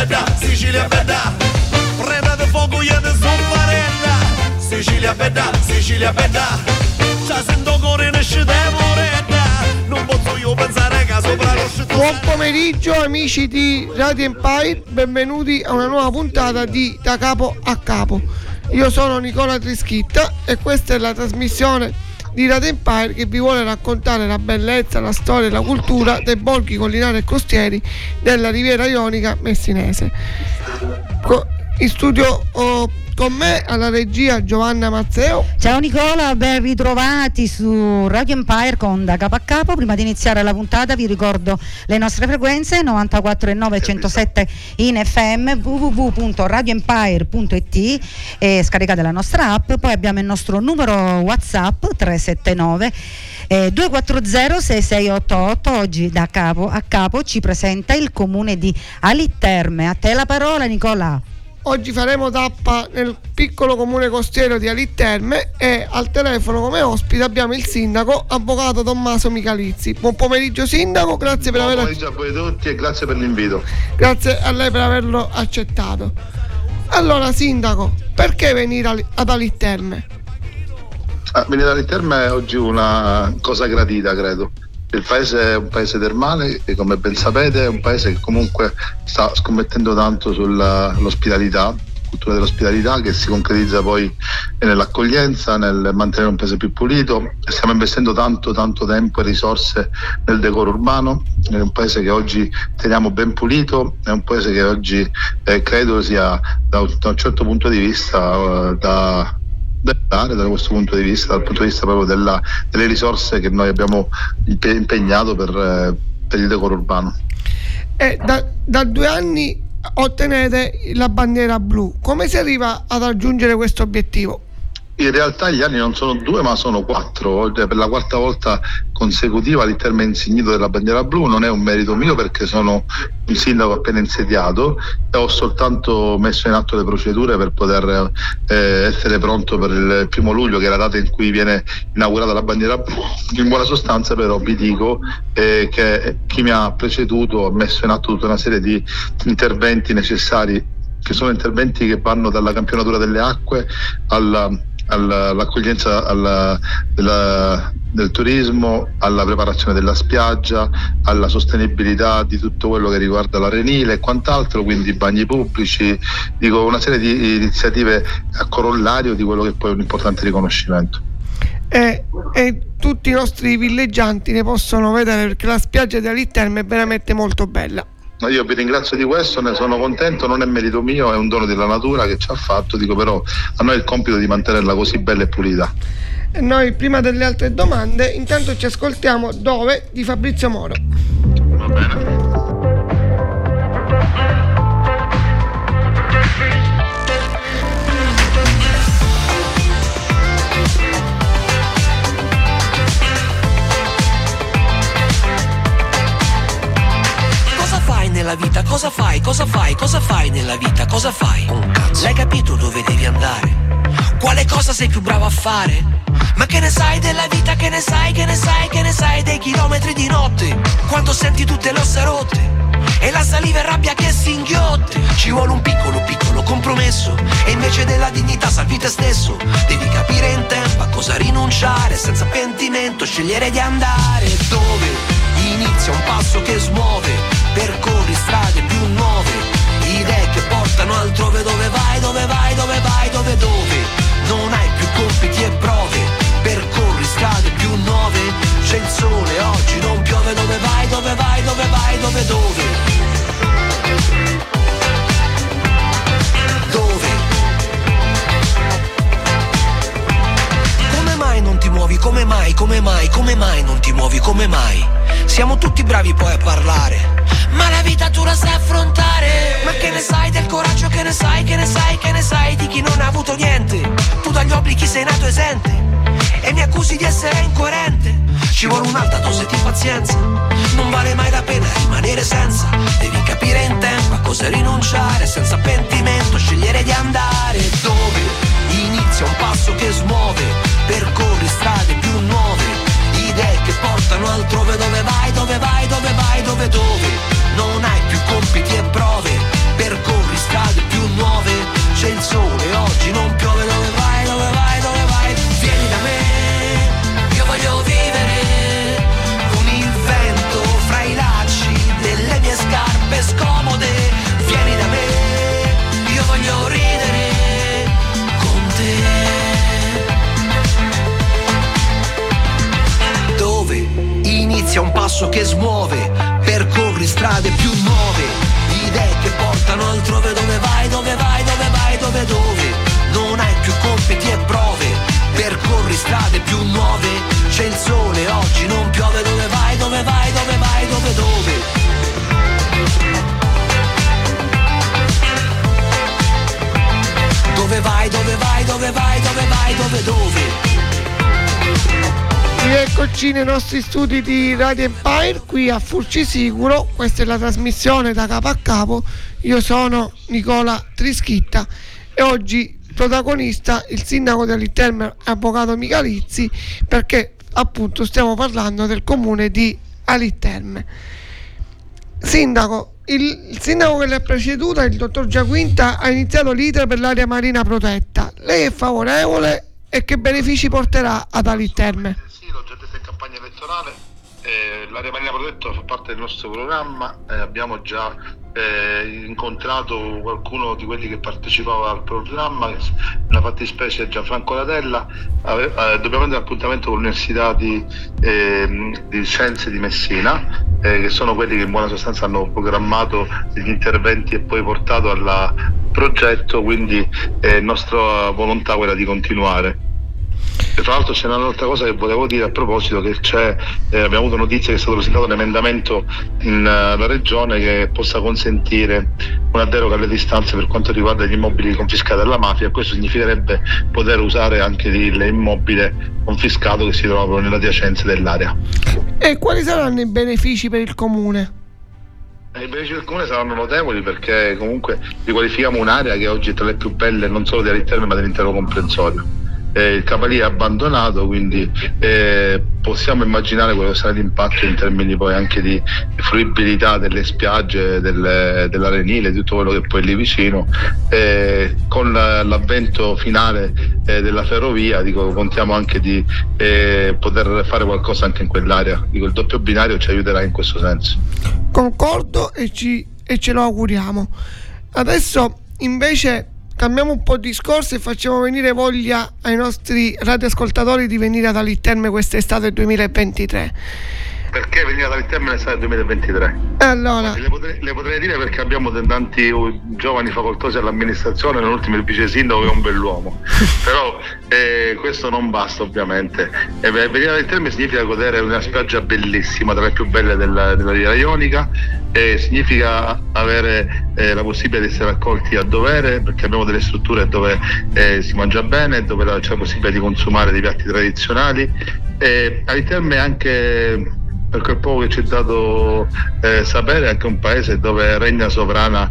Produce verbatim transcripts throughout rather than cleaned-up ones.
bella, Sicilia bella, preda de fuoco io te soffarella, Sicilia bella, Sicilia bella, già sento cuore nasce da moretta, non posso io pensare che sopra lo scetto. Buon pomeriggio amici di Radio Empire, benvenuti a una nuova puntata di Da Capo a Capo. Io sono Nicola Trischitta e questa è la trasmissione di Radio Empire che vi vuole raccontare la bellezza, la storia e la cultura dei borghi collinari e costieri della Riviera Ionica messinese. In studio oh, con me alla regia Giovanna Mazzeo. Ciao Nicola, ben ritrovati su Radio Empire con Da Capo a Capo. Prima di iniziare la puntata vi ricordo le nostre frequenze: novantaquattro e nove e centosette in F M, w w w punto radio empire punto i t, e scaricate la nostra app. Poi abbiamo il nostro numero WhatsApp tre sette nove due quattro zero sei sei otto otto. Oggi Da Capo a Capo ci presenta il comune di Alitterme. A te la parola, Nicola. Oggi faremo tappa nel piccolo comune costiero di Alitterme e al telefono come ospite abbiamo il sindaco, avvocato Tommaso Michalizzi. Buon pomeriggio sindaco, grazie per Buon aver pomeriggio a voi tutti e grazie per l'invito. Grazie a lei per averlo accettato. Allora sindaco, perché venire ad Alitterme? Ah, venire ad Alitterme è oggi una cosa gradita, credo. Il paese è un paese termale e, come ben sapete, è un paese che comunque sta scommettendo tanto sull'ospitalità, cultura dell'ospitalità, che si concretizza poi nell'accoglienza, nel mantenere un paese più pulito. Stiamo investendo tanto tanto tempo e risorse nel decoro urbano. È un paese che oggi teniamo ben pulito, è un paese che oggi eh, credo sia da un, da un certo punto di vista uh, da dare da questo punto di vista, dal punto di vista proprio della, delle risorse che noi abbiamo impegnato per, eh, per il decoro urbano. E da, da due anni ottenete la bandiera blu. Come si arriva ad raggiungere questo obiettivo? In realtà gli anni non sono due ma sono quattro, per la quarta volta consecutiva Alitterme è insignito della bandiera blu. Non è un merito mio perché sono un sindaco appena insediato e ho soltanto messo in atto le procedure per poter eh, essere pronto per il primo luglio, che è la data in cui viene inaugurata la bandiera blu. In buona sostanza però vi dico eh, che chi mi ha preceduto ha messo in atto tutta una serie di interventi necessari, che sono interventi che vanno dalla campionatura delle acque alla all'accoglienza alla, della, del turismo, alla preparazione della spiaggia, alla sostenibilità di tutto quello che riguarda l'arenile e quant'altro, quindi bagni pubblici, dico una serie di iniziative a corollario di quello che poi è un importante riconoscimento. E, e tutti i nostri villeggianti ne possono vedere, perché la spiaggia di Alitterme è veramente molto bella. Io vi ringrazio di questo, ne sono contento, non è merito mio, è un dono della natura che ci ha fatto, dico però a noi è il compito di mantenerla così bella e pulita. E noi prima delle altre domande intanto ci ascoltiamo Dove di Fabrizio Moro. Va bene. Nella vita cosa fai, cosa fai, cosa fai nella vita, cosa fai? Un cazzo. L'hai capito dove devi andare? Quale cosa sei più bravo a fare? Ma che ne sai della vita, che ne sai, che ne sai, che ne sai dei chilometri di notte? Quando senti tutte le ossa rotte e la saliva e rabbia che si inghiotte. Ci vuole un piccolo piccolo compromesso e invece della dignità salvi te stesso. Devi capire in tempo a cosa rinunciare senza pentimento, scegliere di andare dove inizia un passo che smuove. Percorri strade più nuove, idee che portano altrove. Dove vai, dove vai, dove vai, dove dove non hai più compiti e prove. Percorri strade più nuove, c'è il sole oggi, non piove. Dove vai, dove vai, dove vai, dove dove dove come mai non ti muovi, come mai, come mai, come mai non ti muovi, come mai? Siamo tutti bravi poi a parlare, ma la vita tu la sai affrontare. Ma che ne sai del coraggio, che ne sai, che ne sai, che ne sai di chi non ha avuto niente? Tu dagli obblighi sei nato esente e mi accusi di essere incoerente. Ci vuole un'alta dose di pazienza, non vale mai la pena rimanere senza. Devi capire in tempo a cosa rinunciare senza pentimento, scegliere di andare dove inizia un passo che smuove. Percorri strade più nuove, idee che portano altrove. Dove vai, dove vai, dove vai, dove dove non hai più compiti e prove. Per passo che smuove, percorri strade più nuove, idee che portano altrove. Dove vai, dove vai, dove vai, dove dove? Non hai più compiti e prove, percorri strade più nuove, c'è il sole, oggi non piove. Dove vai, dove vai, dove vai, dove dove? Dove vai, dove vai, dove vai, dove vai, dove dove? Rieccoci nei nostri studi di Radio Empire qui a Furcisicuro. Questa è la trasmissione da capo a capo. Io sono Nicola Trischitta e oggi protagonista il sindaco di Aliterme, avvocato Michalizzi, perché appunto stiamo parlando del comune di Aliterme. Sindaco, il, il sindaco che l'ha preceduta, il dottor Giaquinta, ha iniziato l'iter per l'area marina protetta. Lei è favorevole e che benefici porterà ad Aliterme? Sì, l'ho già detto in campagna elettorale, eh, l'area marina protetta fa parte del nostro programma, eh, abbiamo già eh, incontrato qualcuno di quelli che partecipava al programma, nella fattispecie Gianfranco Latella. Ave, eh, dobbiamo prendere appuntamento con l'Università di, eh, di Scienze di Messina, eh, che sono quelli che in buona sostanza hanno programmato degli interventi e poi portato al progetto, quindi è eh, nostra volontà quella di continuare. E tra l'altro c'è un'altra cosa che volevo dire a proposito, che c'è, eh, abbiamo avuto notizia che è stato presentato un emendamento nella uh, regione che possa consentire una deroga alle distanze per quanto riguarda gli immobili confiscati alla mafia. Questo significherebbe poter usare anche l'immobile confiscato che si trova proprio nell'adiacenza dell'area. E quali saranno i benefici per il comune? I benefici del comune saranno notevoli, perché comunque riqualifichiamo un'area che oggi è tra le più belle non solo di Aliterme ma dell'intero comprensorio. Eh, il Cavalier è abbandonato, quindi eh, possiamo immaginare quello che sarà l'impatto in termini poi anche di fruibilità delle spiagge, delle, dell'arenile, di tutto quello che poi è lì vicino. Eh, con la, l'avvento finale eh, della ferrovia, dico, contiamo anche di eh, poter fare qualcosa anche in quell'area. Dico, il doppio binario ci aiuterà in questo senso. Concordo e, ci, e ce lo auguriamo. Adesso invece cambiamo un po' di discorso e facciamo venire voglia ai nostri radioascoltatori di venire ad Aliterme quest'estate duemilaventitré. Perché venire ad Aliterme l'estate duemilaventitré? Allora, le potrei, le potrei dire perché abbiamo tanti giovani facoltosi all'amministrazione, nell'ultimo il vice sindaco che è un bell'uomo. Però eh, questo non basta ovviamente. E venire ad Aliterme significa godere una spiaggia bellissima, tra le più belle della, della Riviera Ionica, e significa avere eh, la possibilità di essere accolti a dovere, perché abbiamo delle strutture dove eh, si mangia bene, dove c'è la possibilità di consumare dei piatti tradizionali. E Aliterme è anche, per quel poco che ci è dato eh, sapere, anche un paese dove regna sovrana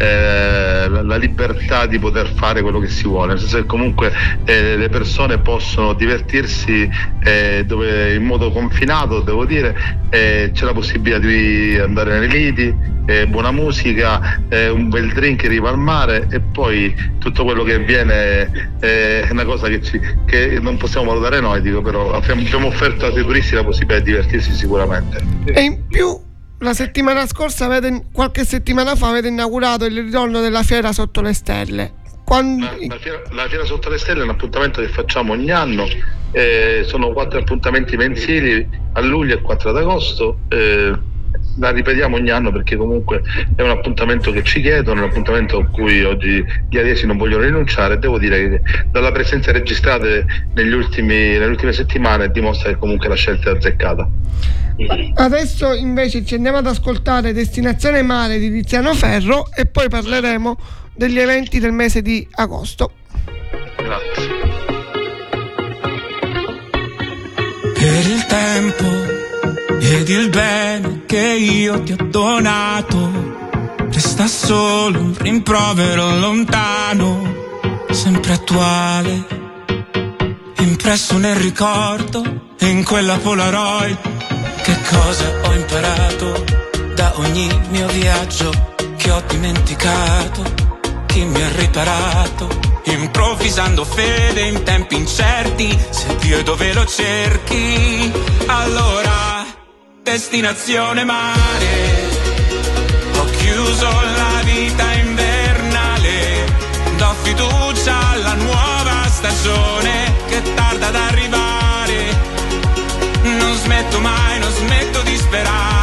eh, la, la libertà di poter fare quello che si vuole, nel senso che comunque eh, le persone possono divertirsi eh, dove, in modo confinato, devo dire, eh, c'è la possibilità di andare nei lidi, eh, buona musica, eh, un bel drink in riva al mare, e poi tutto quello che viene eh, è una cosa che, ci, che non possiamo valutare noi, dico, però abbiamo, abbiamo offerto ai turisti la possibilità di divertirsi sicuramente. e in più la settimana scorsa, avete, qualche settimana fa, avete inaugurato il ritorno della fiera sotto le stelle. Quando... La, la, fiera, la fiera sotto le stelle è un appuntamento che facciamo ogni anno, eh, sono quattro appuntamenti mensili a luglio e quattro ad agosto. Eh, la ripetiamo ogni anno perché comunque è un appuntamento che ci chiedono, un appuntamento a cui oggi gli ariesi non vogliono rinunciare. Devo dire che dalla presenza registrate negli ultimi, nelle ultime settimane dimostra che comunque la scelta è azzeccata. Adesso invece ci andiamo ad ascoltare Destinazione Mare di Tiziano Ferro e poi parleremo degli eventi del mese di agosto. Grazie. Per il tempo ed il bene che io ti ho donato, resta solo un rimprovero lontano, sempre attuale, impresso nel ricordo e in quella Polaroid. Che cosa ho imparato da ogni mio viaggio che ho dimenticato? Chi mi ha riparato? Improvvisando fede in tempi incerti, se Dio è dove lo cerchi, allora destinazione mare. Ho chiuso la vita invernale, do fiducia alla nuova stagione che tarda ad arrivare. Non smetto mai, non smetto di sperare.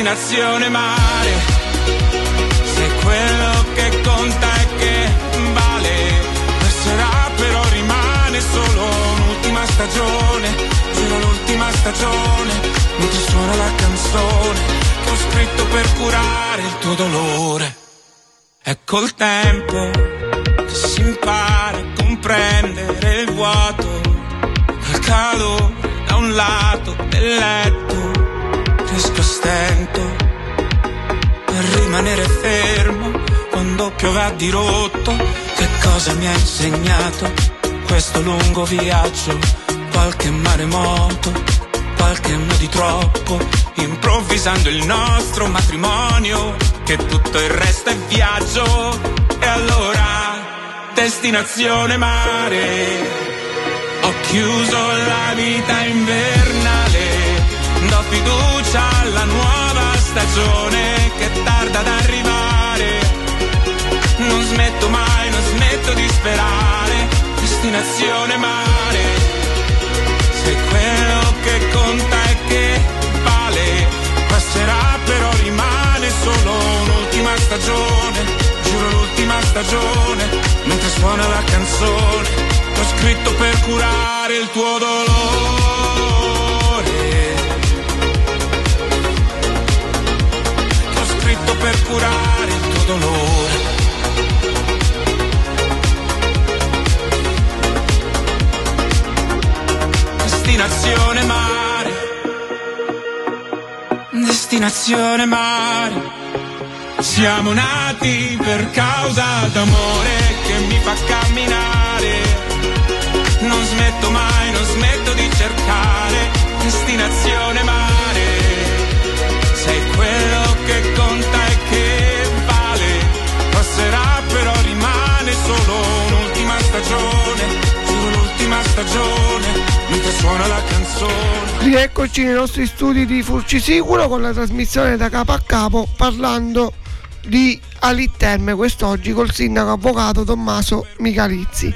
destinazione mare. Se quello che conta è che vale, passerà però rimane solo un'ultima stagione, giuro l'ultima stagione, mentre suona la canzone che ho scritto per curare il tuo dolore. È col tempo che si impara a comprendere il vuoto, il calore da un lato del letto, riesco a stento a rimanere fermo quando piove a dirotto. Che cosa mi ha insegnato questo lungo viaggio? Qualche maremoto, qualche anno di troppo, improvvisando il nostro matrimonio, che tutto il resto è viaggio. E allora, destinazione mare, ho chiuso la vita invernale, do fiducia alla nuova stagione che tarda ad arrivare. Non smetto mai, non smetto di sperare, destinazione mare. Se quello che conta è che vale, passerà però rimane solo un'ultima stagione, giuro l'ultima stagione, mentre suona la canzone che ho scritto per curare il tuo dolore, che ho scritto per curare il tuo dolore. Destinazione mare, destinazione mare, siamo nati per causa d'amore che mi fa camminare, non smetto mai, non smetto di cercare, destinazione mare, sei quello che conta e che vale, passerà però rimane solo un'ultima stagione, giuro l'ultima stagione, mentre suona la canzone. Rieccoci nei nostri studi di Furcisicuro con la trasmissione da capo a capo, parlando di Alit Terme quest'oggi col sindaco avvocato Tommaso Michalizzi.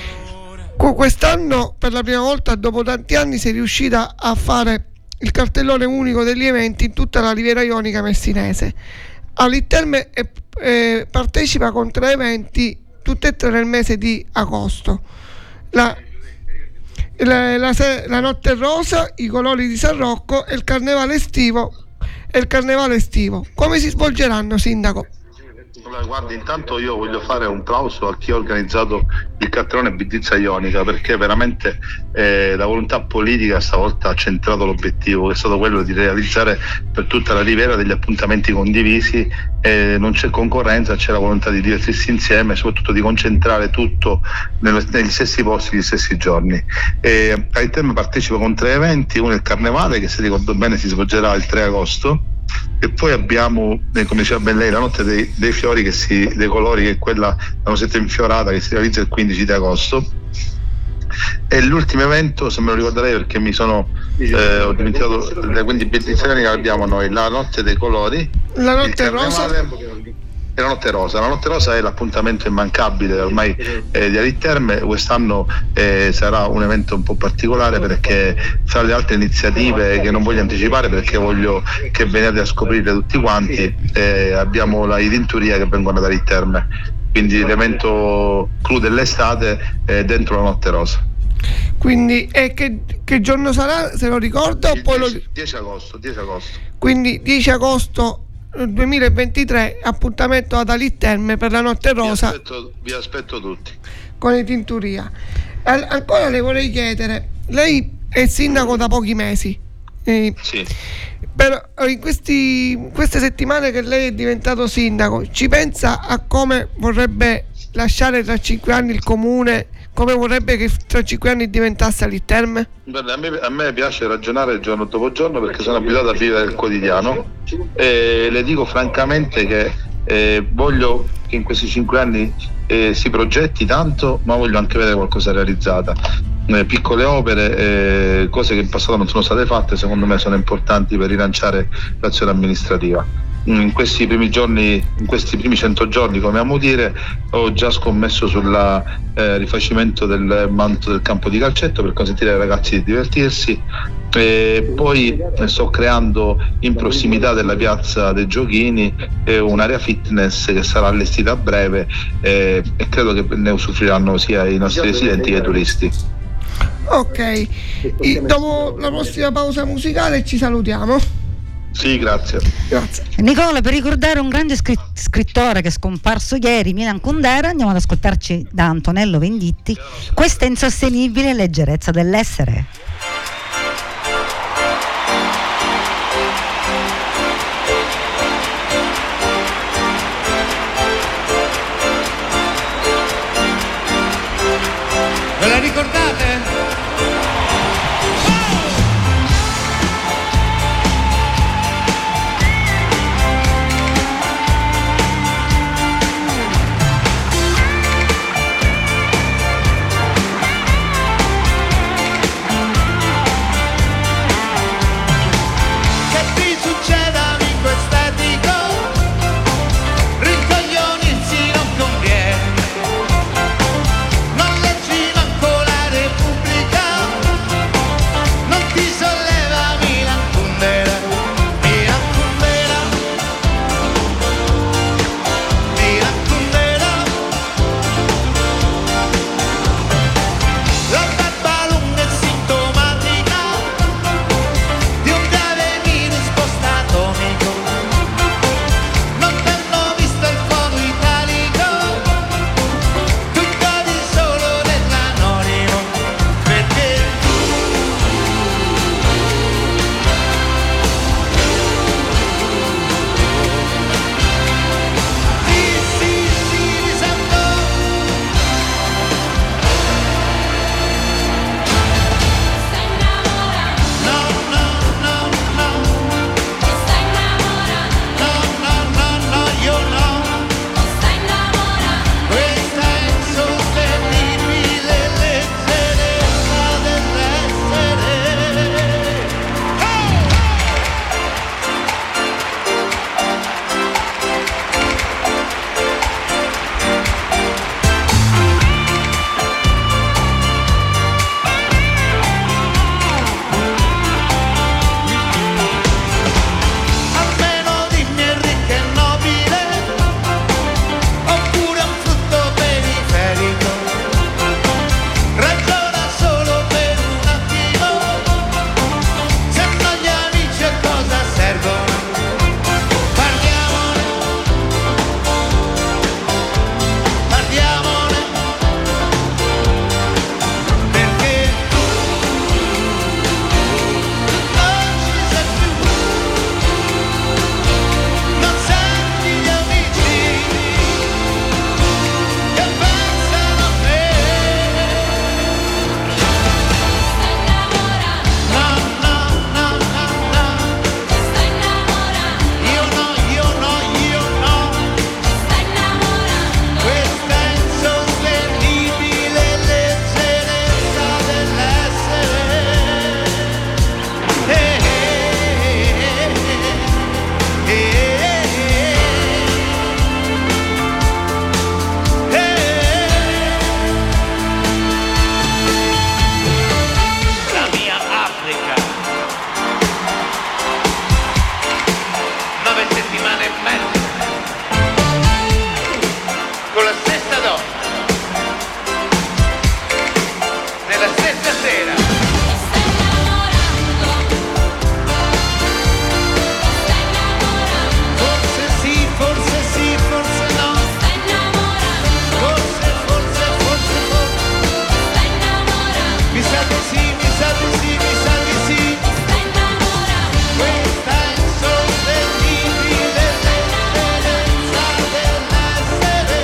Quest'anno per la prima volta dopo tanti anni si è riuscita a fare il cartellone unico degli eventi in tutta la Riviera Ionica messinese. Alit Terme è, è, partecipa con tre eventi tutte e tre nel mese di agosto. La La, la, la Notte Rosa, i colori di San Rocco e il carnevale estivo e il carnevale estivo. Come si svolgeranno, sindaco? Guardi, intanto io voglio fare un plauso a chi ha organizzato il cartellone Bellizza Ionica, perché veramente eh, la volontà politica stavolta ha centrato l'obiettivo, che è stato quello di realizzare per tutta la Riviera degli appuntamenti condivisi, eh, non c'è concorrenza, c'è la volontà di divertirsi insieme e soprattutto di concentrare tutto nello, negli stessi posti, negli stessi giorni. Eh, Alit Terme partecipa con tre eventi: uno è il carnevale, che se ricordo bene si svolgerà il tre agosto, e poi abbiamo, come diceva ben lei, la Notte dei, dei fiori, che si, dei colori, che è quella, la Rosetta Infiorata, che si realizza il quindici di agosto. E l'ultimo evento, se me lo ricorderei perché mi sono eh, ho dimenticato, quindi benedizioni che abbiamo noi, la Notte dei colori, la Notte Rosa e la Notte Rosa. La Notte Rosa è l'appuntamento immancabile ormai eh, di Alit Terme. Quest'anno eh, sarà un evento un po' particolare, perché tra le altre iniziative che non voglio anticipare perché voglio che veniate a scoprirle tutti quanti, eh, abbiamo la Tinturia che vengono da Alit Terme, quindi l'evento clou dell'estate è dentro la Notte Rosa. Quindi e che, che giorno sarà, se lo ricordo? Il poi dieci, lo... dieci agosto, dieci agosto. Quindi dieci agosto duemilaventitré, appuntamento ad Alit Terme per la Notte Rosa. Vi aspetto, vi aspetto tutti con i Tinturia. Al- ancora le vorrei chiedere, lei è sindaco da pochi mesi, eh, sì. però in questi, queste settimane che lei è diventato sindaco, ci pensa a come vorrebbe lasciare tra cinque anni il comune, come vorrebbe che tra cinque anni diventasse Alit Terme? Bene, a, me, a me piace ragionare giorno dopo giorno, perché sono abituato a vivere il quotidiano, e le dico francamente che eh, voglio che in questi cinque anni eh, si progetti tanto, ma voglio anche vedere qualcosa realizzata. Eh, piccole opere, eh, cose che in passato non sono state fatte, secondo me sono importanti per rilanciare l'azione amministrativa. in questi primi giorni, in questi primi cento giorni, come amo dire, ho già scommesso sul eh, rifacimento del manto del campo di calcetto per consentire ai ragazzi di divertirsi. E poi sto creando in prossimità della piazza dei Giochini eh, un'area fitness che sarà allestita a breve eh, e credo che ne usufruiranno sia i nostri residenti che i turisti. Ok, e dopo la prossima pausa musicale ci salutiamo. Sì, grazie. Grazie. Nicola, per ricordare un grande scri- scrittore che è scomparso ieri, Milan Kundera, andiamo ad ascoltarci da Antonello Venditti questa insostenibile leggerezza dell'essere. Ve la ricordate? Che ti succeda in quest'etico? Rincoglionirsi non conviene. Non leggi manco la Repubblica, non ti solleva Milan Kundera, Milan Kundera, Milan Kundera. La barba lunga è sintomatica di un grave virus post-atomico. Non t'hanno visto il fuoco italico, tu godi solo dell'anonimo, perché sì, sì, sì, risento. No, no, no, no. No, no, no, no, io no. Questa insostenibile leggerezza dell'essere. Almeno dimmi è ricca e nobile, oppure un frutto periferico. Ragiona solo per un attimo, se no gli amici a cosa servono? Parliamone, parliamone, perché tu non ci sei più, non senti gli amici che pensano a me. No, no, no, no, no. Io no, io no, io no. Questa insostenibile leggerezza dell'essere. Eh, eh, eh, eh, eh, La mia Africa. Nove settimane e mezzo. Con la stessa donna. Nella stessa sera. Forse sì, forse sì, forse no. Forse, forse, forse, forse. Mi sa di sì, mi sa di sì, mi sa di sì. Questa insostenibile leggerezza dell'essere.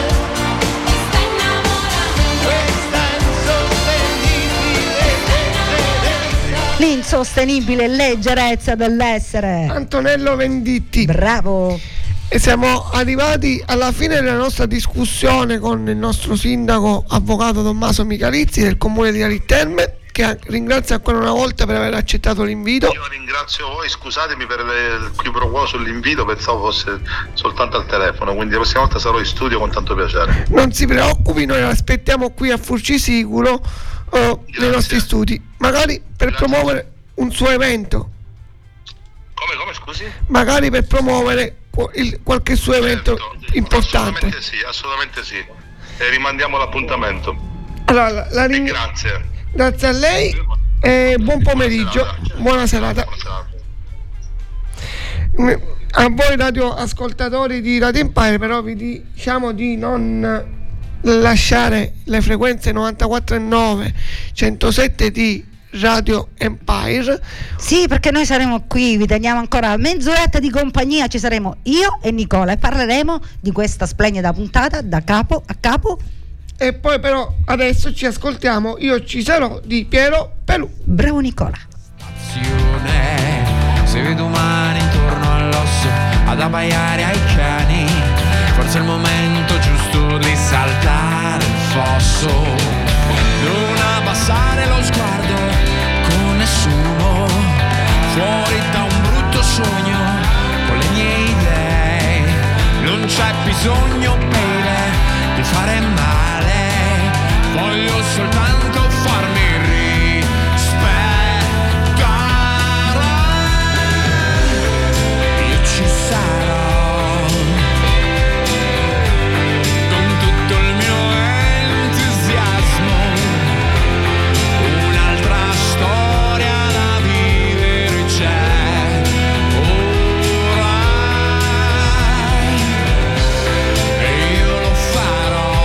Questa insostenibile leggerezza. L'insostenibile leggerezza dell'essere. Antonello Venditti. Bravo. E siamo arrivati alla fine della nostra discussione con il nostro sindaco avvocato Tommaso Michalizzi del comune di Alit Terme. che ringrazio ancora una volta per aver accettato l'invito. Io ringrazio voi, scusatemi per le- il qui pro quo sull'invito, pensavo fosse soltanto al telefono, quindi la prossima volta sarò in studio con tanto piacere. Non si preoccupi, noi l'aspettiamo qui a Furcisicuro, eh, nei Grazie. nostri studi, magari per Grazie. promuovere un suo evento, Come, come, scusi? magari per promuovere qu- il- qualche suo evento Certo, importante. Assolutamente sì, assolutamente sì. E rimandiamo l'appuntamento. Allora, la, la E ring- grazie. grazie a lei e buon pomeriggio, buona serata. Buona serata. Mm, A voi radioascoltatori di Radio Empire, però vi diciamo di non lasciare le frequenze novantaquattro e nove, centosette di Radio Empire. Sì, perché noi saremo qui, vi teniamo ancora mezz'oretta di compagnia, ci saremo io e Nicola e parleremo di questa splendida puntata da capo a capo. E poi però adesso ci ascoltiamo Io ci sarò di Piero Pelù. Bravo Nicola. Se vedo umani intorno all'osso ad abbaiare ai cani, forse è il momento giusto di saltare il fosso, non abbassare lo sguardo con nessuno, fuori da un brutto sogno con le mie idee. Non c'è bisogno, baby, di fare male, voglio soltanto farmi ci sarò con tutto il mio entusiasmo, un'altra storia da vivere c'è orai e io lo farò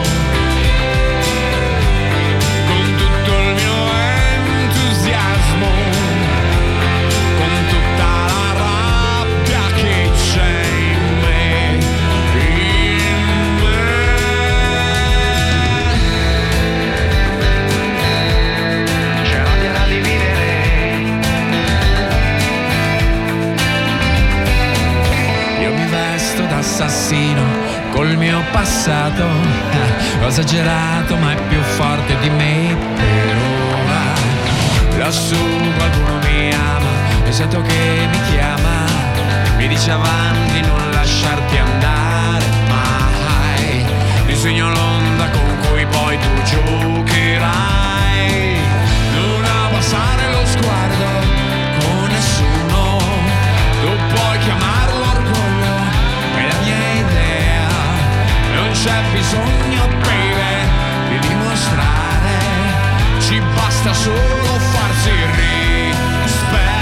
con tutto il mio entusiasmo, con tutta la che c'è in me, in me. C'è rabbia da dividere, io mi vesto da assassino col mio passato, eh, ho esagerato ma è più forte di me per ora. Lassù qualcuno mi ama e sento che mi chiama, mi dice avanti, non lasciarti andare mai, disegno l'onda con cui poi tu giocherai, non abbassare lo sguardo con nessuno, tu puoi chiamarlo orgoglio, è la mia idea, non c'è bisogno, baby, di dimostrare, ci basta solo farsi rispettare.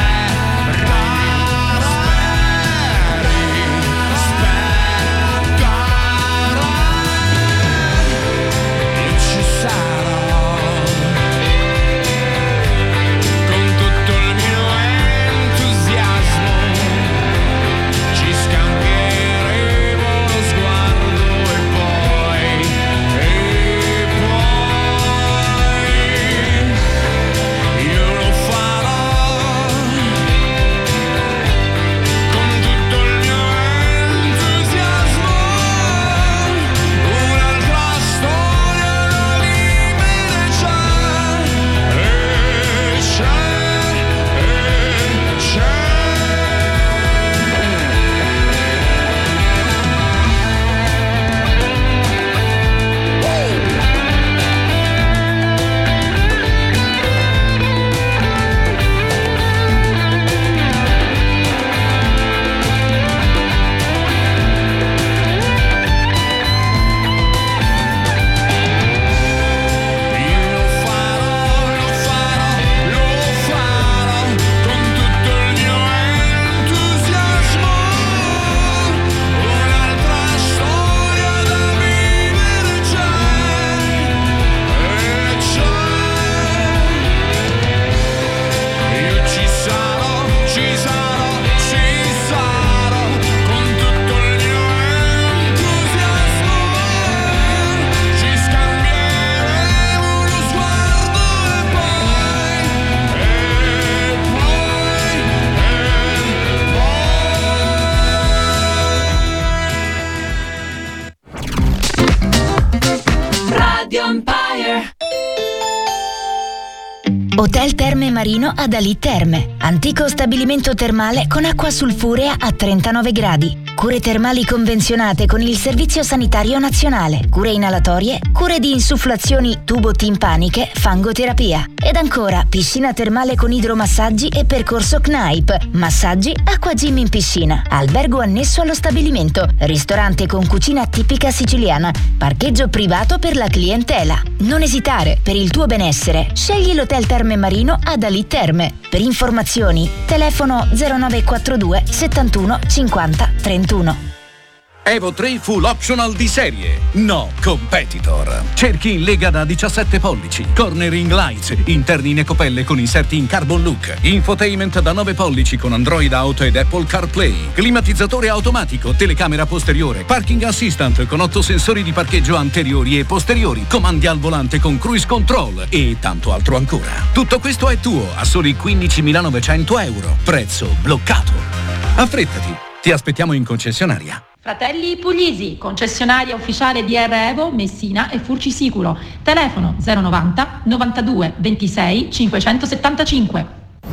Hotel Terme Marino ad Ali Terme. Antico stabilimento termale con acqua sulfurea a trentanove gradi. Cure termali convenzionate con il Servizio Sanitario Nazionale. Cure inalatorie, cure di insufflazioni tubo-timpaniche, fangoterapia. Ed ancora piscina termale con idromassaggi e percorso C N A I P. Massaggi, acqua gym in piscina. Albergo annesso allo stabilimento. Ristorante con cucina tipica siciliana. Parcheggio privato per la clientela. Non esitare, per il tuo benessere. Scegli l'Hotel Terme Marino ad Ali Terme. Per informazioni, telefono zero nove quattro due settantuno cinquanta trentuno. Evo tre Full Optional di serie. No Competitor. Cerchi in lega da diciassette pollici. Cornering lights. Interni in ecopelle con inserti in carbon look. Infotainment da nove pollici con Android Auto ed Apple CarPlay. Climatizzatore automatico. Telecamera posteriore. Parking assistant con otto sensori di parcheggio anteriori e posteriori. Comandi al volante con cruise control. E tanto altro ancora. Tutto questo è tuo a soli quindicimilanovecento euro. Prezzo bloccato. Affrettati. Ti aspettiamo in concessionaria. Fratelli Puglisi, concessionaria ufficiale di R Evo, Messina e Furcisicuro. Telefono zero novanta novantadue ventisei cinquecentosettantacinque.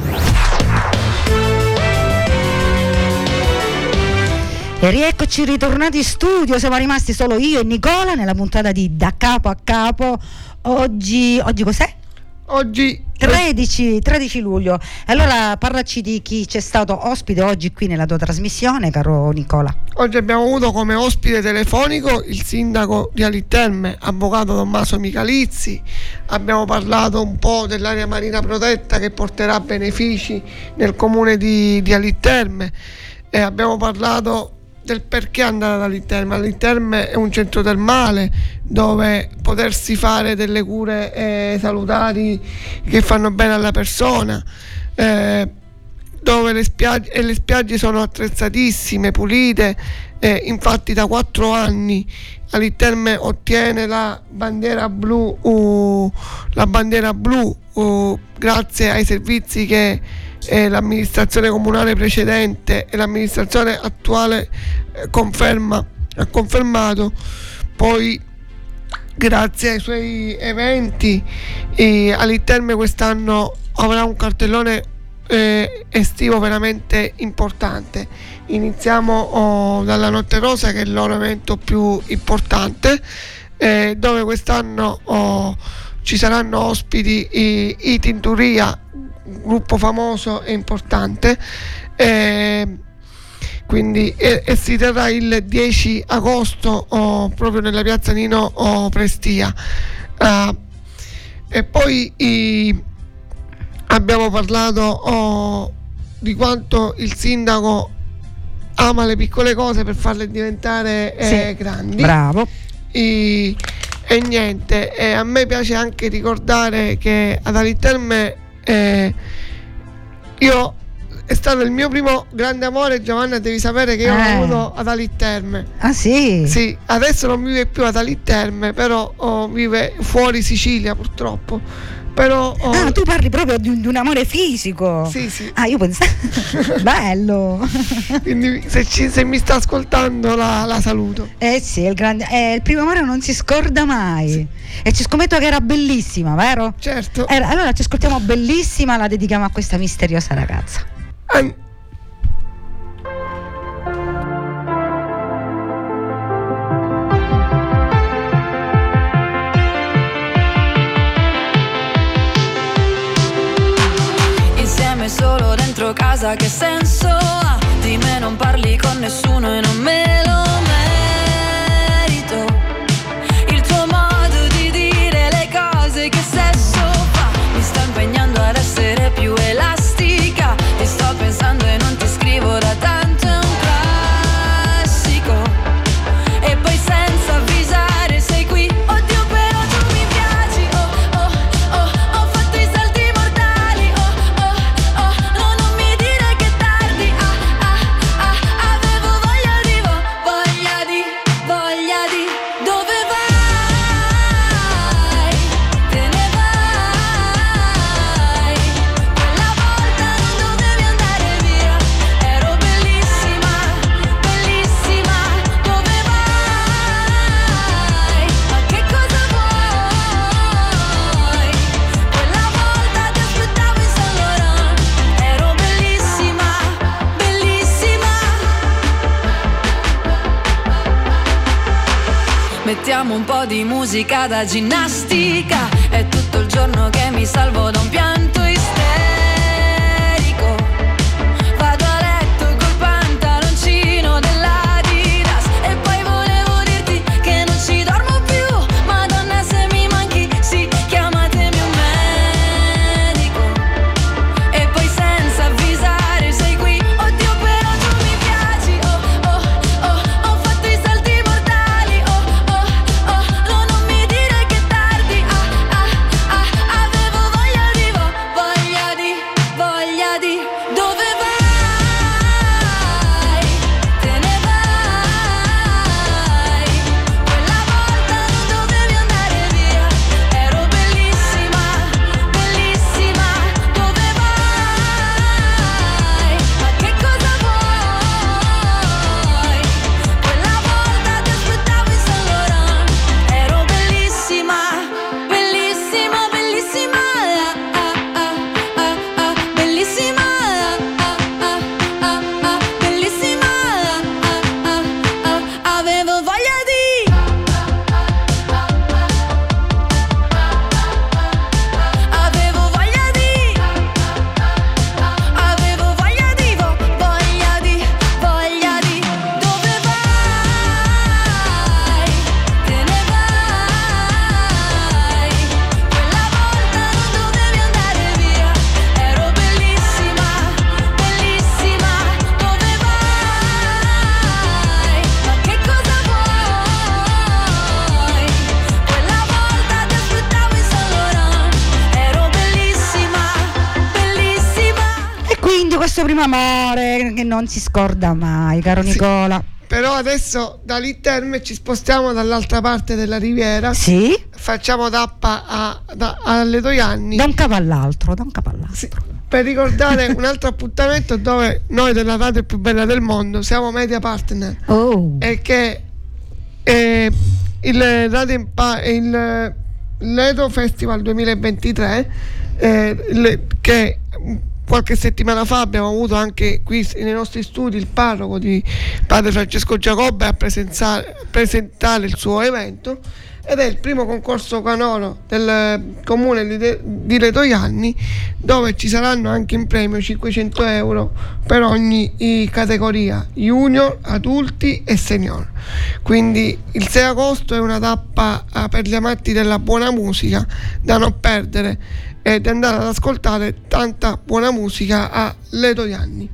E rieccoci ritornati in studio, siamo rimasti solo io e Nicola nella puntata di Da Capo a Capo. Oggi, oggi cos'è? Oggi tredici, tredici luglio. Allora parlaci di chi c'è stato ospite oggi qui nella tua trasmissione, caro Nicola. Oggi abbiamo avuto come ospite telefonico il sindaco di Ali Terme, avvocato Tommaso Michalizzi. Abbiamo parlato un po' dell'area marina protetta che porterà benefici nel comune di, di Ali Terme, e abbiamo parlato del perché andare ad Ali Terme. Ali Terme è un centro termale dove potersi fare delle cure eh, salutari che fanno bene alla persona, eh, dove le spiagge, e le spiagge sono attrezzatissime, pulite, eh, infatti da quattro anni Ali Terme ottiene la bandiera blu, uh, la bandiera blu uh, grazie ai servizi che eh, l'amministrazione comunale precedente e l'amministrazione attuale eh, conferma, ha confermato. Poi grazie ai suoi eventi eh, Ali Terme quest'anno avrà un cartellone eh, estivo veramente importante. Iniziamo oh, dalla Notte Rosa, che è il loro evento più importante, eh, dove quest'anno oh, ci saranno ospiti i, i Tinturia, gruppo famoso e importante, eh, quindi e, e si terrà il dieci agosto oh, proprio nella piazza Nino oh, Prestia. Uh, e poi i, abbiamo parlato oh, di quanto il sindaco ama le piccole cose per farle diventare eh, sì, grandi. Bravo. I, e niente, e a me piace anche ricordare che ad Ali Terme eh, io è stato il mio primo grande amore. Giovanna, devi sapere che io eh. l'ho avuto ad Ali Terme. Ah sì? Sì, adesso non vive più ad Ali Terme, però oh, vive fuori Sicilia purtroppo. Però oh, ah, tu parli proprio di un, di un amore fisico. Sì, sì. Ah, io pensavo bello. Quindi se, ci, se mi sta ascoltando la, la saluto. Eh sì, il grande eh, il primo amore non si scorda mai. Sì. E ci scommetto che era bellissima, vero? Certo. Era, allora ci ascoltiamo Bellissima, la dedichiamo a questa misteriosa ragazza. An- Solo dentro casa che senso ha? Di me non parli con nessuno e non me lo merito. Il tuo modo di dire le cose, che sesso fa? Mi sta impegnando ad essere più elastica. Ti sto pensando e non ti scrivo da tanto, è un classico. E poi senza avvisare sei qui. Oddio però tu mi piaci, oh oh oh. Ho fatto i salti mortali, oh oh oh. No, non mi dire che tardi, ah ah ah. Avevo voglia di vo- mettiamo un po' di musica da ginnastica. È tutto il giorno che mi salvo da un pianto isterico. Vado a letto col pantaloncino dell'Adidas e poi volevo dirti che non ci dormo più. Madonna, se mi manchi, sì, chiamatemi un medico. E poi senza avvisare sei qui. Oddio, però tu mi piaci. Oh, oh, oh, ho fatto i salti mortali. Oh, oh, oh, no, non mi dire che è tardi. Ah, ah, ah, avevo voglia di, vo- voglia di, voglia di. Dove vai? Te ne vai. Quella volta non dovevi andare via. Ero bellissima, bellissima. Dove vai? Ma che cosa vuoi? Quella volta ti aspettavo in Saint Laurent. Ero bellissima, bellissima, bellissima. Ah, ah, ah, ah, ah, bellissima. Ah, ah, ah, ah, bellissima. Ah, ah, ah, avevo voglia di. Avevo voglia di. Avevo voglia di, vo- voglia di, voglia di. Dove vai? Te ne vai. Quella volta non dovevi andare via. Ero bellissima, bellissima. Dove vai? Ma che cosa vuoi? Quella volta ti aspettavo in Saint Laurent. Ero bellissima, bellissima. E quindi questo primo amore che non si scorda mai, caro Nicola. Però adesso da lì Terme ci spostiamo dall'altra parte della riviera. Sì? Facciamo tappa a, da, alle Toianni. Da un capo all'altro, da un capo all'altro. Sì, per ricordare un altro appuntamento dove noi della radio più bella del mondo siamo media partner. Oh. E che eh, il Radio Empa- il Ledo Festival duemilaventitré eh, le- che qualche settimana fa abbiamo avuto anche qui nei nostri studi il parroco di padre Francesco Giacobbe a presentare, presentare il suo evento, ed è il primo concorso canoro del comune di, De- di Letojanni, dove ci saranno anche in premio cinquecento euro per ogni i categoria junior, adulti e senior. Quindi il sei agosto è una tappa eh, per gli amanti della buona musica da non perdere e di andare ad ascoltare tanta buona musica a Letojanni.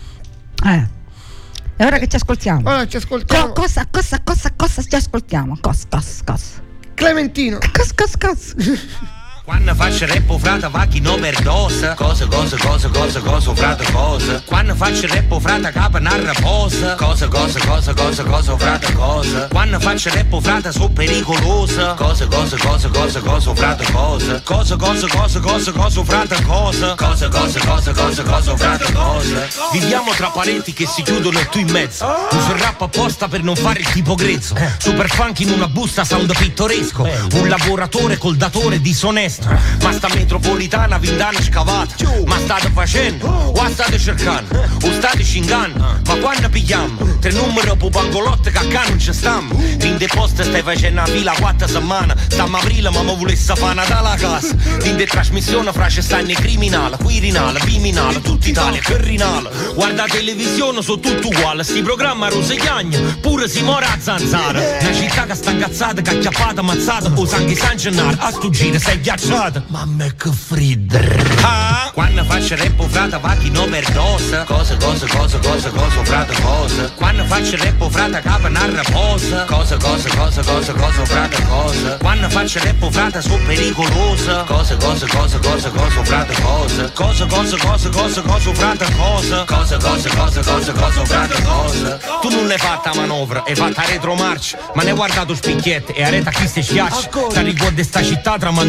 Eh. E ora che ci ascoltiamo? Ora ci ascoltiamo Co- cosa, cosa, cosa, cosa ci ascoltiamo? Cos, cos, cos. Clementino. Cos, cos, cos. Quando faccio rap frata va chi non perdosa. Cosa, cosa, cosa, cosa, cosa, frata, cosa. Quando faccio rap frata capa narra posa. Cosa, cosa, cosa, cosa, cosa, frata, cosa. Quando faccio rap frata so pericolosa. Cosa, cosa, cosa, cosa, cosa, frata, cosa. Cosa, cosa, cosa, cosa, cosa, frata, cosa. Cosa, cosa, cosa, cosa, cosa, frata, cosa. Viviamo tra parenti che si chiudono e tu in mezzo. Uso il rap apposta per non fare il tipo grezzo. Super funk in una busta sound pittoresco. Un lavoratore col datore disonesto. Ma sta metropolitana vindana scavata. Ma state facendo? O state cercando? O state cingando? Ma quando pigliamo? Tre numeri per pangolotte che a ca non ci stiamo. In de poste stai facendo una fila quattro settimane. Stiamo a aprile ma mi volesse fare Natale a casa. In de trasmissione fra ci stanno i criminali, Quirinale, Viminale, tutta Italia, Quirinale. Guarda televisione sono tutto uguale. Sti programma Rosegagna, pure si mora a zanzara. Una città che sta incazzata, che acchiappata, ammazzata. O sangue San Gennaro, a sto giro sei ghiacciata. Mamma che fredda. Ah, quando faccio rap frata va chi non perdosa. Cosa, cosa, cosa, cosa, cosa, frata, cosa. Quando faccio rap frata capa narra posa. Cosa, cosa, cosa, cosa, cosa, frata, cosa. Quando faccio rap frata so pericolosa. Cosa, cosa, cosa, cosa, cosa, frata, cosa. Cosa, cosa, cosa, cosa, cosa, frata, cosa. Cosa, cosa, cosa, cosa, cosa, frata, cosa. Tu non l'hai fatta manovra, hai fatta retromarcia. Ma ne hai guardato spicchiette e areta chi si schiaccia. Sta riguarda sta città tra mandolino e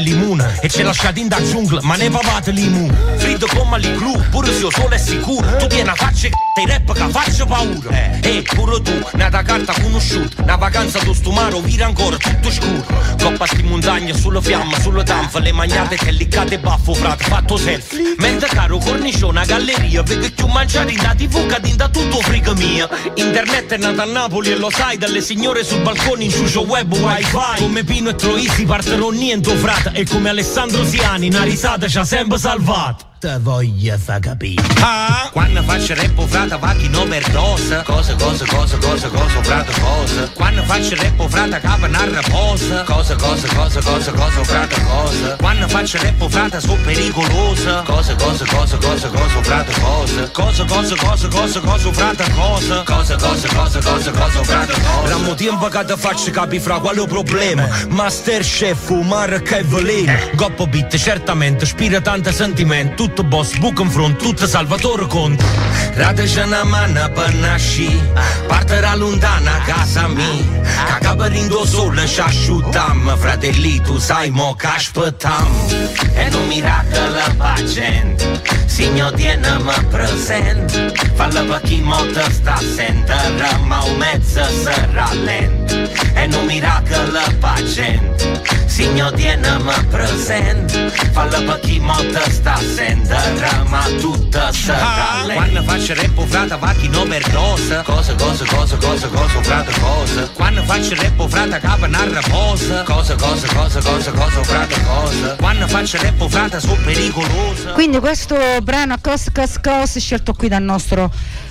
limone e ce lasciate in da giungla, ma ne pavate limone. Fritto come li clou, pure se io solo è sicuro. Tu tieni a faccia e rap che faccia paura. E pure tu, nata carta conosciuta, una vacanza tu sto mare, vira ancora tutto scuro. Coppa sti montagne sulla fiamma, sulla tanfa, le magnate che liccate baffo frate, fatto selfie. Mentre caro cornicione, galleria, vedo più mangiare in da tivù che in da tutto friga mia. Internet è nata a Napoli e lo sai, dalle signore sul balcone in ciucio web wifi. Come Pino e Troisi partono niente frate, e come Alessandro Siani una risata ci ha sempre salvato. Te voglio fa capire. Ah, quando faccio rap frata va chi non perdosa. Cosa, cosa, cosa, cosa, cosa, frata, cosa. Quando faccio rap frata capa narra posa. Cosa, cosa, cosa, cosa, cosa, frata, cosa. Quando faccio rap frata so pericolosa. Cosa, cosa, cosa, cosa, cosa, frata, cosa. Cosa, cosa, cosa, cosa, cosa, frata, cosa. Cosa, cosa, cosa, cosa, cosa, frata, cosa. Rammo tempo che te faccio capi fra quale problema. Masterchef, fumare che veleno. Goppo beat certamente ispira tanto sentimento. Tutto boss, book in front, tutto Salvatore Conte. Rateci una manna per nasci, partirà lontana a casa mia. Cacaperindo sole ci asciuttam, fratelli tu sai mo che aspettam. È un miracolo pacente, Signor tienimi presente. Falla per chi mo te sta sentendo, ma un mezzo sarà lento. È un miracolo pacente, Signor tienimi presente. Falla per chi mo te sta sentendo, ma tutta sarà lento. Quando faccio rap frata va chi non perdosa. Cosa, cosa, cosa, cosa, cosa, frata, cosa. Quando faccio rap frata capa narra posa. Cosa, cosa, cosa, cosa, cosa, frata, cosa. Quando faccio rap frata sono pericolosa. Quindi questo brano Cos Cos Cos scelto qui dal nostro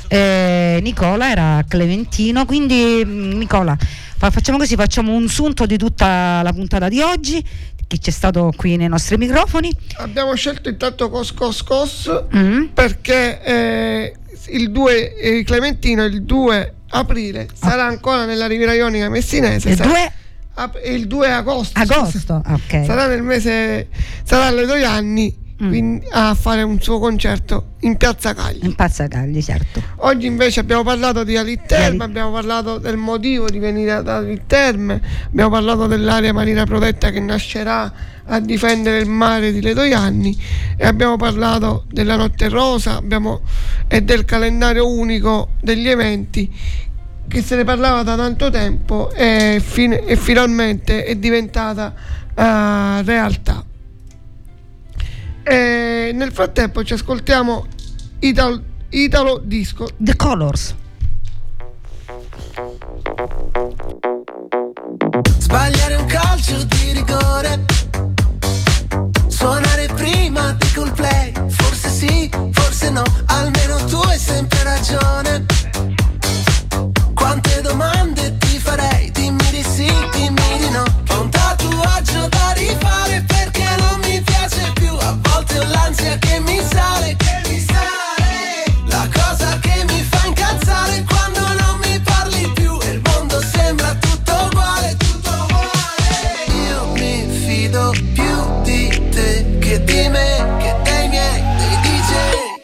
eh, Nicola era Clementino. Quindi Nicola, fa, facciamo così, facciamo un sunto di tutta la puntata di oggi, chi c'è stato qui nei nostri microfoni. Abbiamo scelto intanto Cos Cos Cos mm. perché eh, il due eh, Clementino il due aprile oh. sarà ancora nella Riviera Ionica messinese. Il sarà, due ap- il due agosto. Agosto, ok. Sarà nel mese, sarà alle Doianni mm. quindi, a fare un suo concerto in Piazza Cagli. In Piazza Cagli, certo. Oggi invece abbiamo parlato di Alitterme, abbiamo parlato del motivo di venire ad Alitterme, abbiamo parlato dell'area marina protetta che nascerà a difendere il mare di Ledoianni e abbiamo parlato della Notte Rosa abbiamo, e del calendario unico degli eventi che se ne parlava da tanto tempo e, fin- e finalmente è diventata uh, realtà. E nel frattempo ci ascoltiamo Italo, Italo Disco The Colors. Sbagliare un calcio di rigore, suonare prima di Coldplay, forse sì, forse no, almeno tu hai sempre ragione. Quante domande ti farei, dimmi di sì, dimmi di no. Ho un tatuaggio da rifare perché non mi piace più, a volte ho l'ansia che mi sale, che mi sale. La cosa che mi fa incazzare è quando non mi parli più e il mondo sembra tutto uguale, tutto uguale. Io mi fido più di te che di me, che dei miei, dei D J.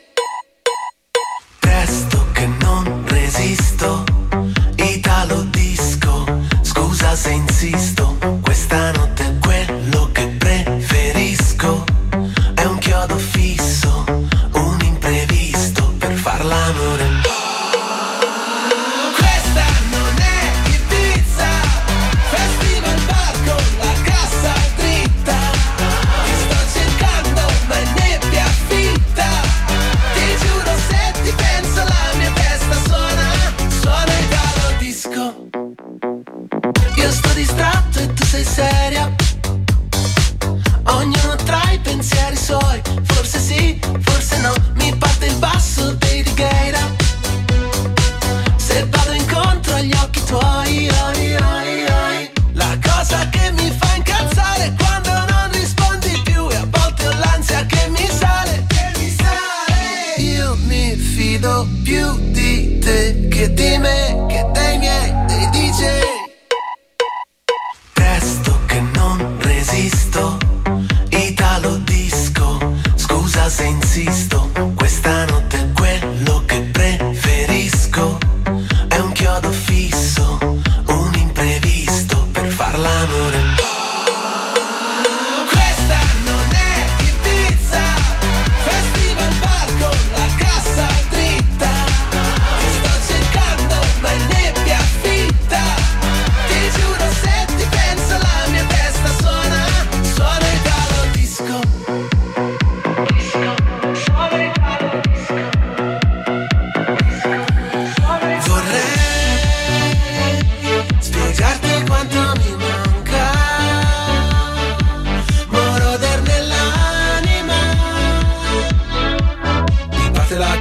Presto che non resisto, Italo Disco, scusa se insisto, questa notte è quello che preferisco, è un chiodo fisso, un imprevisto per far l'amore. Questa non è Ibiza, festival bar con la cassa dritta, ti sto cercando ma è nebbia fitta, ti giuro se ti penso la mia testa suona, suona Italo Disco. Io sto distratto e tu sei seria, ognuno tra i pensieri suoi, forse sì, forse no, mi parte il basso dei Righeira, se vado incontro agli occhi tuoi, oi, oi, oi. La cosa che mi fa incazzare è quando non rispondi più e a volte ho l'ansia che mi sale, che mi sale. Io mi fido più di te che di me, che dei miei, dei D J. Presto che non resisto, Italo Disco, scusa se insisto, questa notte è quello che preferisco, è un chiodo fisso, un imprevisto per far l'amore. Questa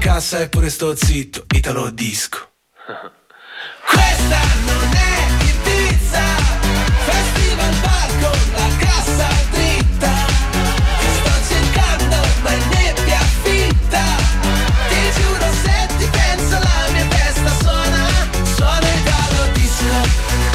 cassa e pure sto zitto, Italo disco. Questa non è Ibiza, festival bar con la cassa dritta. Ti sto cercando ma è nebbia fitta. Ti giuro se ti penso la mia testa suona, suona Italo disco.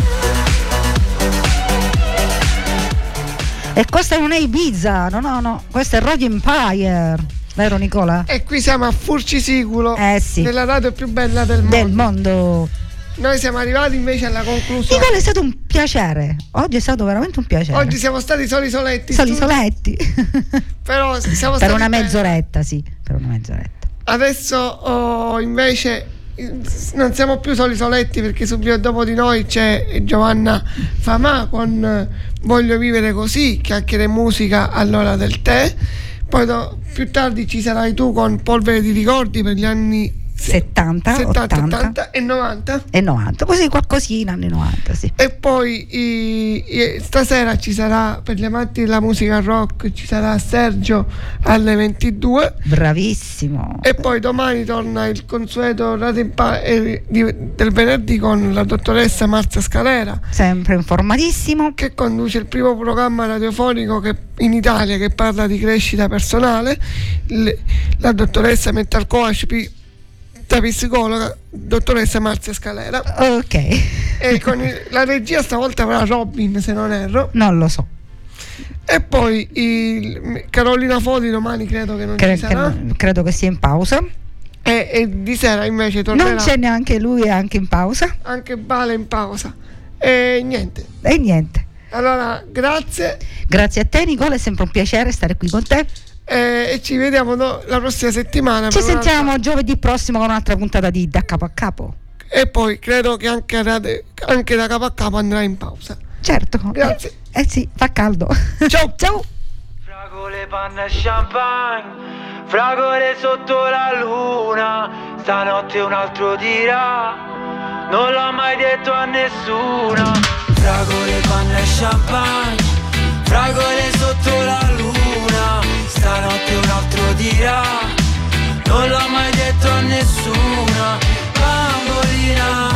E questa non è Ibiza, no no no, questa è Radio Empire, vero Nicola? E qui siamo a Furcisicolo, eh sì, nella radio più bella del mondo. Del mondo. Noi siamo arrivati invece alla conclusione. Nicola, è stato un piacere, oggi è stato veramente un piacere. Oggi siamo stati soli soletti. Soli soletti. Però siamo per stati una belli. mezz'oretta, sì, per una mezz'oretta. Adesso oh, invece non siamo più soli soletti, perché subito dopo di noi c'è Giovanna Famà con eh, Voglio vivere così, chiacchiere e musica all'ora del tè. Poi do, più tardi ci sarai tu con Polvere di ricordi per gli anni settanta, settanta, ottanta ottanta e novanta e novanta, così qualcosina anni novanta, sì. E poi i, i, stasera ci sarà, per gli amanti della musica rock, ci sarà Sergio alle ventidue, bravissimo. E poi domani torna il consueto Radio Empire del venerdì con la dottoressa Marzia Scalera, sempre informatissimo, che conduce il primo programma radiofonico che in Italia che parla di crescita personale. Le, la dottoressa mental coach, da psicologa, dottoressa Marzia Scalera. Ok. E con il, la regia stavolta avrà Robin, se non erro. Non lo so. E poi il, Carolina Fodi domani credo che non Cre- ci sarà. Che, credo che sia in pausa. E, e di sera invece tornerà. Non c'è neanche lui, è anche in pausa. Anche Vale in pausa. E niente. E niente. Allora, grazie. Grazie a te Nicola, è sempre un piacere stare qui con te. Eh, e ci vediamo no, la prossima settimana. Ci sentiamo un'altra... giovedì prossimo con un'altra puntata di Da Capo a Capo. E poi credo che anche, anche Da Capo a Capo andrà in pausa. Certo. Grazie. Eh, eh sì, fa caldo. Ciao. Ciao. Fragole, panna e champagne, fragole sotto la luna, stanotte un altro dirà, non l'ho mai detto a nessuno. Fragole, panna e champagne, fragole sotto la luna, stanotte un altro dirà, non l'ho mai detto a nessuno. Bambolina,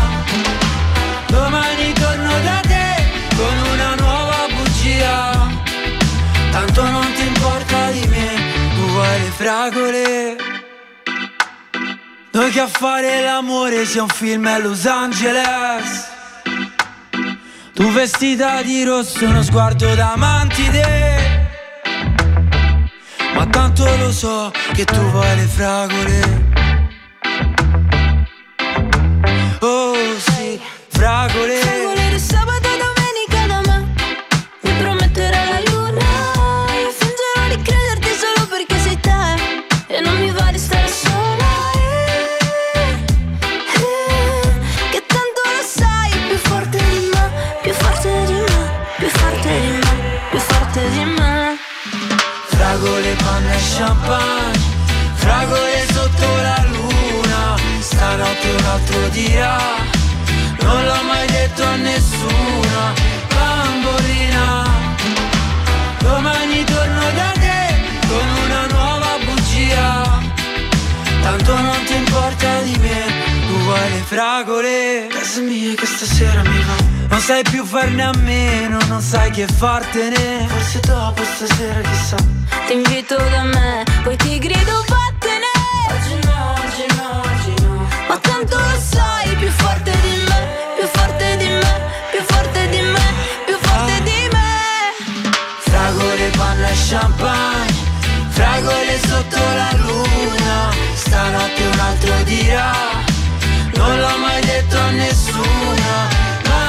domani torno da te con una nuova bugia, tanto non ti importa di me, tu vuoi le fragole. Noi che a fare l'amore sia un film a Los Angeles, tu vestita di rosso, uno sguardo da mantide, ma tanto lo so che tu vuoi le fragole. Oh sì, fragole. Fragole di sabato e domenica da me, mi prometterà la luna, io fingerò di crederti solo perché sei te e non mi va di stare sola, eh, eh, che tanto lo sai, più forte di me, più forte di me, più forte di me, più forte di me. Fragole, panna e champagne, fragole sotto la luna, stanotte un altro dirà, non l'ho mai detto a nessuno. Bambolina, domani torno da te con una nuova bugia, tanto non ti importa di me, tu vuoi le fragole. Casa mia che stasera mi va, non sai più farne a meno, non sai che fartene, forse dopo stasera chissà. Ti invito da me, poi ti grido